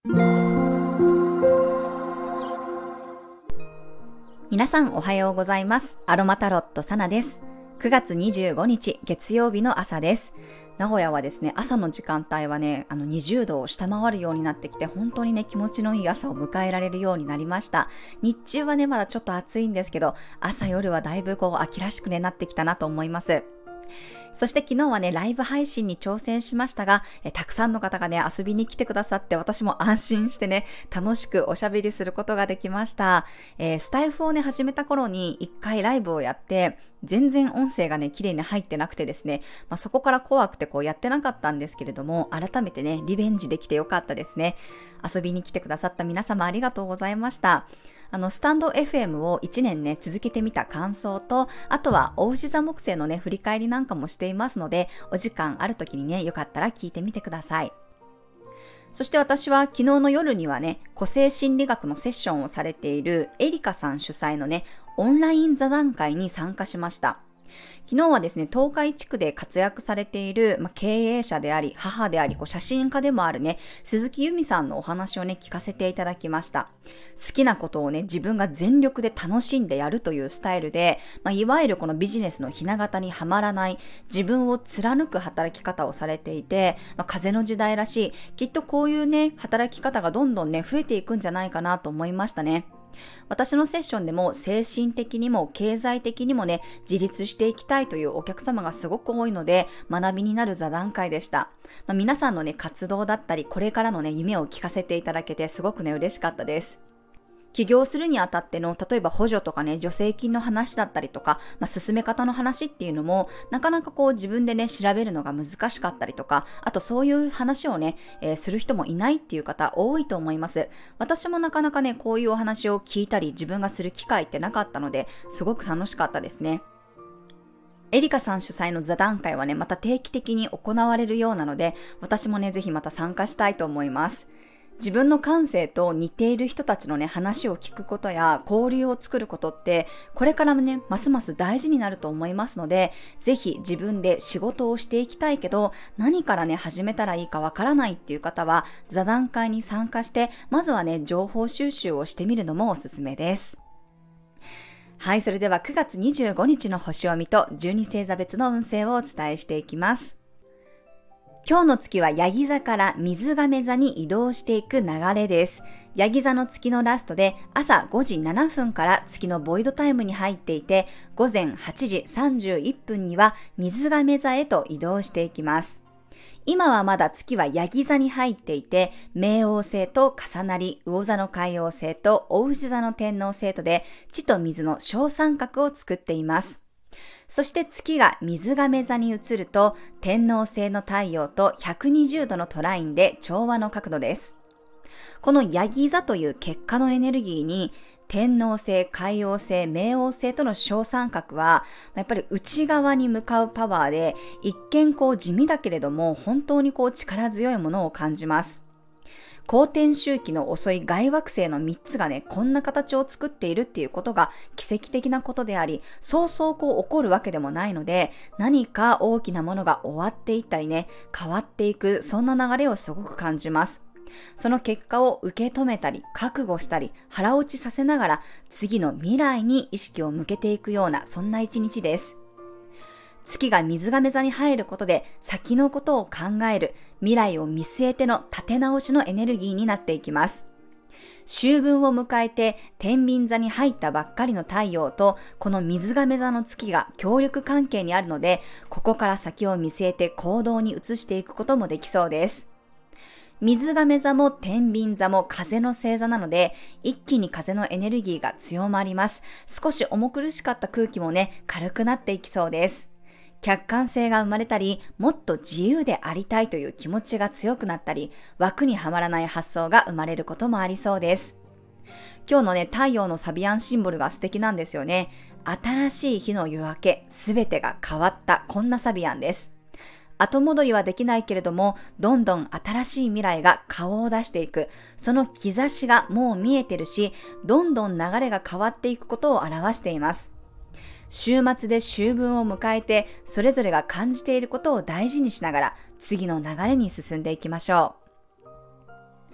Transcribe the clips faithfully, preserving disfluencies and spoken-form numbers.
皆さんおはようございます。アロマタロットサナです。くがつにじゅうごにち月曜日の朝です。名古屋はですね、朝の時間帯はね、あのにじゅうどを下回るようになってきて、本当にね、気持ちのいい朝を迎えられるようになりました。日中はね、まだちょっと暑いんですけど、朝夜はだいぶこう秋らしくね、なってきたなと思います。そして昨日はね、ライブ配信に挑戦しましたが、えたくさんの方がね、遊びに来てくださって、私も安心してね、楽しくおしゃべりすることができました。えー、スタイフをね、始めた頃に一回ライブをやって、全然音声がね、綺麗に入ってなくてですね、まあ、そこから怖くてこうやってなかったんですけれども、改めてね、リベンジできてよかったですね。遊びに来てくださった皆様ありがとうございました。あの、スタンド エフエム をいちねんね、続けてみた感想と、あとは、お牛座木星のね、振り返りなんかもしていますので、お時間ある時にね、よかったら聞いてみてください。そして私は昨日の夜にはね、個性心理学のセッションをされているエリカさん主催のね、オンライン座談会に参加しました。昨日はですね、東海地区で活躍されている、まあ、経営者であり、母であり、こう写真家でもあるね、鈴木由美さんのお話をね、聞かせていただきました。好きなことをね、自分が全力で楽しんでやるというスタイルで、まあ、いわゆるこのビジネスのひな形にはまらない、自分を貫く働き方をされていて、まあ、風の時代らしい、きっとこういうね、働き方がどんどんね、増えていくんじゃないかなと思いましたね。私のセッションでも精神的にも経済的にもね、自立していきたいというお客様がすごく多いので、学びになる座談会でした。まあ、皆さんのね、活動だったり、これからのね、夢を聞かせていただけてすごくね、嬉しかったです。起業するにあたっての、例えば補助とかね、助成金の話だったりとか、まあ、進め方の話っていうのも、なかなかこう自分でね、調べるのが難しかったりとか、あとそういう話をね、えー、する人もいないっていう方多いと思います。私もなかなかね、こういうお話を聞いたり、自分がする機会ってなかったので、すごく楽しかったですね。エリカさん主催の座談会はね、また定期的に行われるようなので、私もね、ぜひまた参加したいと思います。自分の感性と似ている人たちのね、話を聞くことや交流を作ることって、これからもね、ますます大事になると思いますので、ぜひ自分で仕事をしていきたいけど、何からね、始めたらいいかわからないっていう方は、座談会に参加して、まずはね、情報収集をしてみるのもおすすめです。はい、それではくがつにじゅうごにちの星読みとじゅうに星座別の運勢をお伝えしていきます。今日の月はヤギ座から水亀座に移動していく流れです。ヤギ座の月のラストで朝ごじななふんから月のボイドタイムに入っていて、午前はちじさんじゅういっぷんには水亀座へと移動していきます。今はまだ月はヤギ座に入っていて、冥王星と重なり、魚座の海王星と牡牛座の天王星とで、地と水の小三角を作っています。そして月が水亀座に移ると、天王星の太陽とひゃくにじゅうどのトラインで調和の角度です。このヤギ座という結果のエネルギーに、天王星、海王星、冥王星との小三角は、やっぱり内側に向かうパワーで、一見こう地味だけれども、本当にこう力強いものを感じます。公転周期の遅い外惑星のみっつがね、こんな形を作っているっていうことが奇跡的なことであり、そうそうこう起こるわけでもないので、何か大きなものが終わっていったりね、変わっていく、そんな流れをすごく感じます。その結果を受け止めたり、覚悟したり、腹落ちさせながら、次の未来に意識を向けていくような、そんな一日です。月が水亀座に入ることで先のことを考える、未来を見据えての立て直しのエネルギーになっていきます。秋分を迎えて天秤座に入ったばっかりの太陽とこの水亀座の月が協力関係にあるので、ここから先を見据えて行動に移していくこともできそうです。水亀座も天秤座も風の星座なので、一気に風のエネルギーが強まります。少し重苦しかった空気もね、軽くなっていきそうです。客観性が生まれたり、もっと自由でありたいという気持ちが強くなったり、枠にはまらない発想が生まれることもありそうです。今日のね、太陽のサビアンシンボルが素敵なんですよね。新しい日の夜明け、すべてが変わった、こんなサビアンです。後戻りはできないけれども、どんどん新しい未来が顔を出していく。その兆しがもう見えてるし、どんどん流れが変わっていくことを表しています。週末で秋分を迎えて、それぞれが感じていることを大事にしながら、次の流れに進んでいきましょう。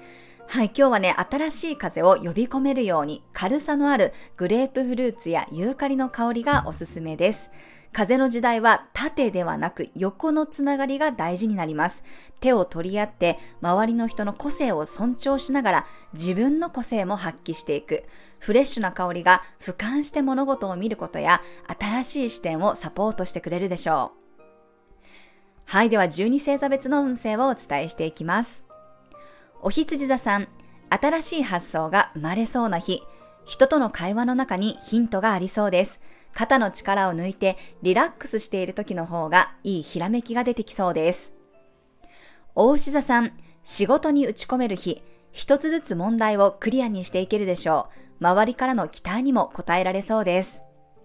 はい、今日はね、新しい風を呼び込めるように軽さのあるグレープフルーツやユーカリの香りがおすすめです。風の時代は縦ではなく横のつながりが大事になります。手を取り合って周りの人の個性を尊重しながら自分の個性も発揮していく。フレッシュな香りが俯瞰して物事を見ることや新しい視点をサポートしてくれるでしょう。はい、ではじゅうに星座別の運勢をお伝えしていきます。お羊座さん、新しい発想が生まれそうな日、人との会話の中にヒントがありそうです。肩の力を抜いてリラックスしている時の方がいいひらめきが出てきそうです。お牛座さん、仕事に打ち込める日、一つずつ問題をクリアにしていけるでしょう。周りからの期待にも応えられそうです。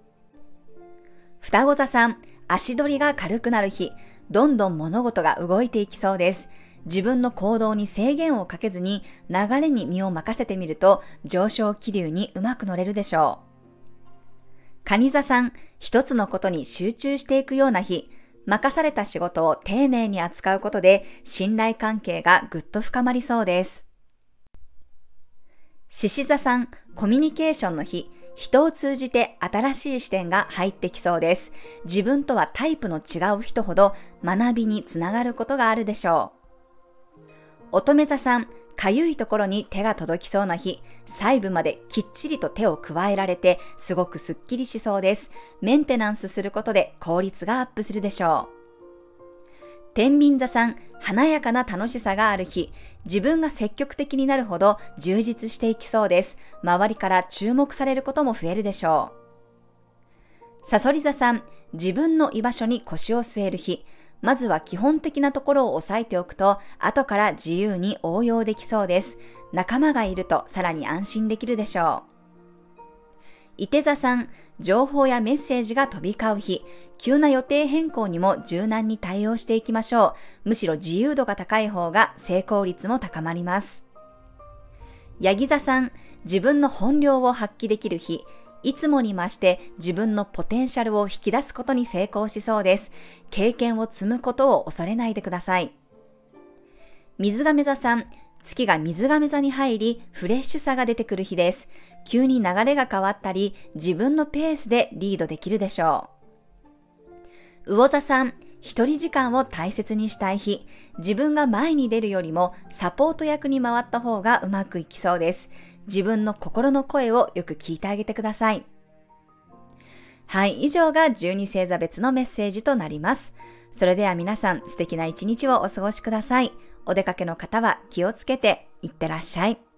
双子座さん、足取りが軽くなる日、どんどん物事が動いていきそうです。自分の行動に制限をかけずに流れに身を任せてみると上昇気流にうまく乗れるでしょう。蟹座さん、一つのことに集中していくような日、任された仕事を丁寧に扱うことで信頼関係がぐっと深まりそうです。獅子座さん、コミュニケーションの日、人を通じて新しい視点が入ってきそうです。自分とはタイプの違う人ほど学びにつながることがあるでしょう。乙女座さん、かゆいところに手が届きそうな日、細部まできっちりと手を加えられてすごくすっきりしそうです。メンテナンスすることで効率がアップするでしょう。天秤座さん、華やかな楽しさがある日、自分が積極的になるほど充実していきそうです。周りから注目されることも増えるでしょう。蠍座さん、自分の居場所に腰を据える日、まずは基本的なところを押さえておくと、後から自由に応用できそうです。仲間がいるとさらに安心できるでしょう。いて座さん、情報やメッセージが飛び交う日、急な予定変更にも柔軟に対応していきましょう。むしろ自由度が高い方が成功率も高まります。ヤギ座さん、自分の本領を発揮できる日、いつもに増して自分のポテンシャルを引き出すことに成功しそうです。経験を積むことを恐れないでください。水亀座さん、月が水亀座に入り、フレッシュさが出てくる日です。急に流れが変わったり、自分のペースでリードできるでしょう。魚座さん、一人時間を大切にしたい日、自分が前に出るよりもサポート役に回った方がうまくいきそうです。自分の心の声をよく聞いてあげてください。はい、以上がじゅうに星座別のメッセージとなります。それでは皆さん、素敵な一日をお過ごしください。お出かけの方は気をつけていってらっしゃい。